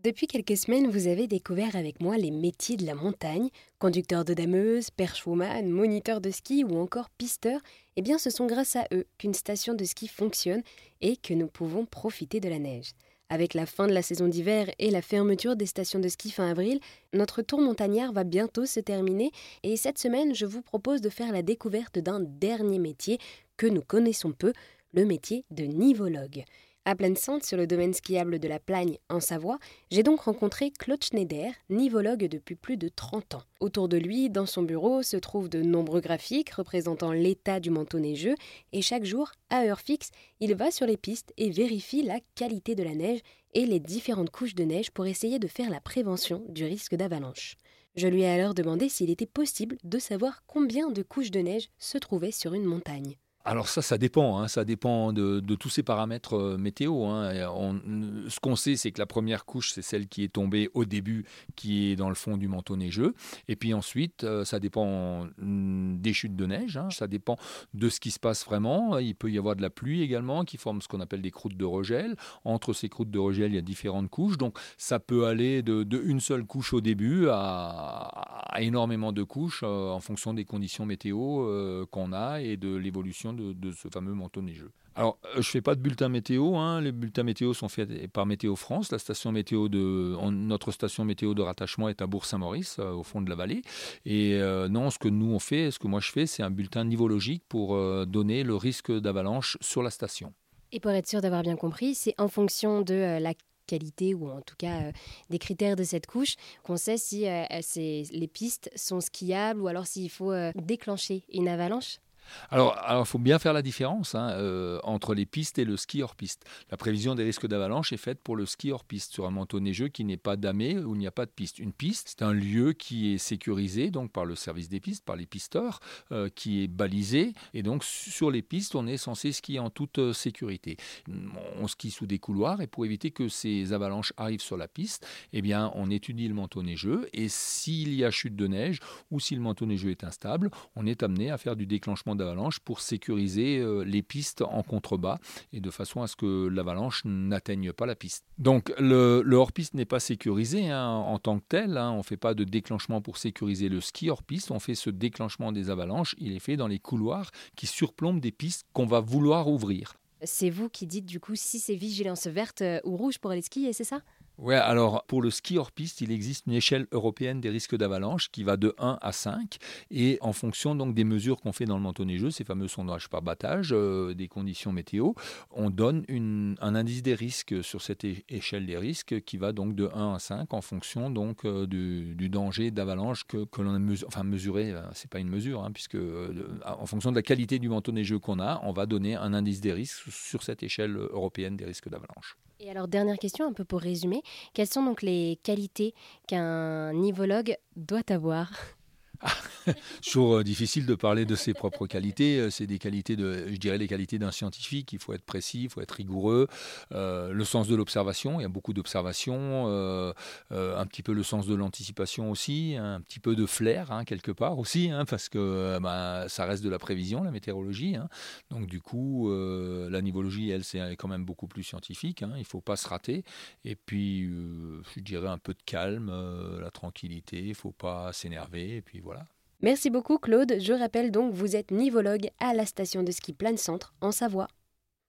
Depuis quelques semaines, vous avez découvert avec moi les métiers de la montagne. Conducteur de dameuse, perchwoman, moniteur de ski ou encore pisteur. Eh bien, ce sont grâce à eux qu'une station de ski fonctionne et que nous pouvons profiter de la neige. Avec la fin de la saison d'hiver et la fermeture des stations de ski fin avril, notre tour montagnard va bientôt se terminer et cette semaine, je vous propose de faire la découverte d'un dernier métier que nous connaissons peu, le métier de nivologue. À Plaine-Sainte, sur le domaine skiable de la Plagne, en Savoie, j'ai donc rencontré Claude Schneider, nivologue depuis plus de 30 ans. Autour de lui, dans son bureau, se trouvent de nombreux graphiques représentant l'état du manteau neigeux et chaque jour, à heure fixe, il va sur les pistes et vérifie la qualité de la neige et les différentes couches de neige pour essayer de faire la prévention du risque d'avalanche. Je lui ai alors demandé s'il était possible de savoir combien de couches de neige se trouvaient sur une montagne. Alors ça dépend, ça dépend de tous ces paramètres météo. Ce qu'on sait, c'est que la première couche, c'est celle qui est tombée au début, qui est dans le fond du manteau neigeux. Et puis ensuite, ça dépend des chutes de neige, ça dépend de ce qui se passe vraiment. Il peut y avoir de la pluie également, qui forme ce qu'on appelle des croûtes de regel. Entre ces croûtes de regel, il y a différentes couches. Donc ça peut aller de une seule couche au début à énormément de couches en fonction des conditions météo qu'on a et de l'évolution de ce fameux manteau neigeux. Alors, je ne fais pas de bulletin météo. Les bulletins météo sont faits par Météo France. Notre station météo de rattachement est à Bourg-Saint-Maurice, au fond de la vallée. Et non, ce que moi je fais, c'est un bulletin nivologique pour donner le risque d'avalanche sur la station. Et pour être sûr d'avoir bien compris, c'est en fonction de la qualité ou en tout cas des critères de cette couche qu'on sait si les pistes sont skiables ou alors s'il faut déclencher une avalanche. Alors, il faut bien faire la différence entre les pistes et le ski hors piste. La prévision des risques d'avalanche est faite pour le ski hors piste, sur un manteau neigeux qui n'est pas damé, où il n'y a pas de piste. Une piste, c'est un lieu qui est sécurisé donc par le service des pistes, par les pisteurs, qui est balisé. Et donc, sur les pistes, on est censé skier en toute sécurité. On skie sous des couloirs et pour éviter que ces avalanches arrivent sur la piste, eh bien, on étudie le manteau neigeux. Et s'il y a chute de neige ou si le manteau neigeux est instable, on est amené à faire du déclenchement d'avalanche pour sécuriser les pistes en contrebas et de façon à ce que l'avalanche n'atteigne pas la piste. Donc le hors-piste n'est pas sécurisé en tant que tel. On ne fait pas de déclenchement pour sécuriser le ski hors-piste. On fait ce déclenchement des avalanches. Il est fait dans les couloirs qui surplombent des pistes qu'on va vouloir ouvrir. C'est vous qui dites du coup si c'est vigilance verte ou rouge pour aller skier, c'est ça ? Ouais, alors pour le ski hors piste, il existe une échelle européenne des risques d'avalanche qui va de 1 à 5 et en fonction donc des mesures qu'on fait dans le manteau neigeux, ces fameux sondages par battage, des conditions météo, on donne un indice des risques sur cette échelle des risques qui va donc de 1 à 5 en fonction donc du danger d'avalanche que l'on a mesuré, c'est pas une mesure puisque en fonction de la qualité du manteau neigeux qu'on a, on va donner un indice des risques sur cette échelle européenne des risques d'avalanche. Et alors, dernière question, un peu pour résumer. Quelles sont donc les qualités qu'un nivologue doit avoir ? Toujours difficile de parler de ses propres qualités. C'est des qualités je dirais les qualités d'un scientifique. Il faut être précis, il faut être rigoureux. Le sens de l'observation, il y a beaucoup d'observation. Un petit peu le sens de l'anticipation aussi. Un petit peu de flair, quelque part aussi, parce que ça reste de la prévision, la météorologie. Donc du coup, la nivologie, elle, c'est quand même beaucoup plus scientifique. Il ne faut pas se rater. Et puis, je dirais un peu de calme, la tranquillité. Il ne faut pas s'énerver. Et puis voilà. Merci beaucoup Claude. Je rappelle donc, vous êtes nivologue à la station de ski Plaine-Centre en Savoie.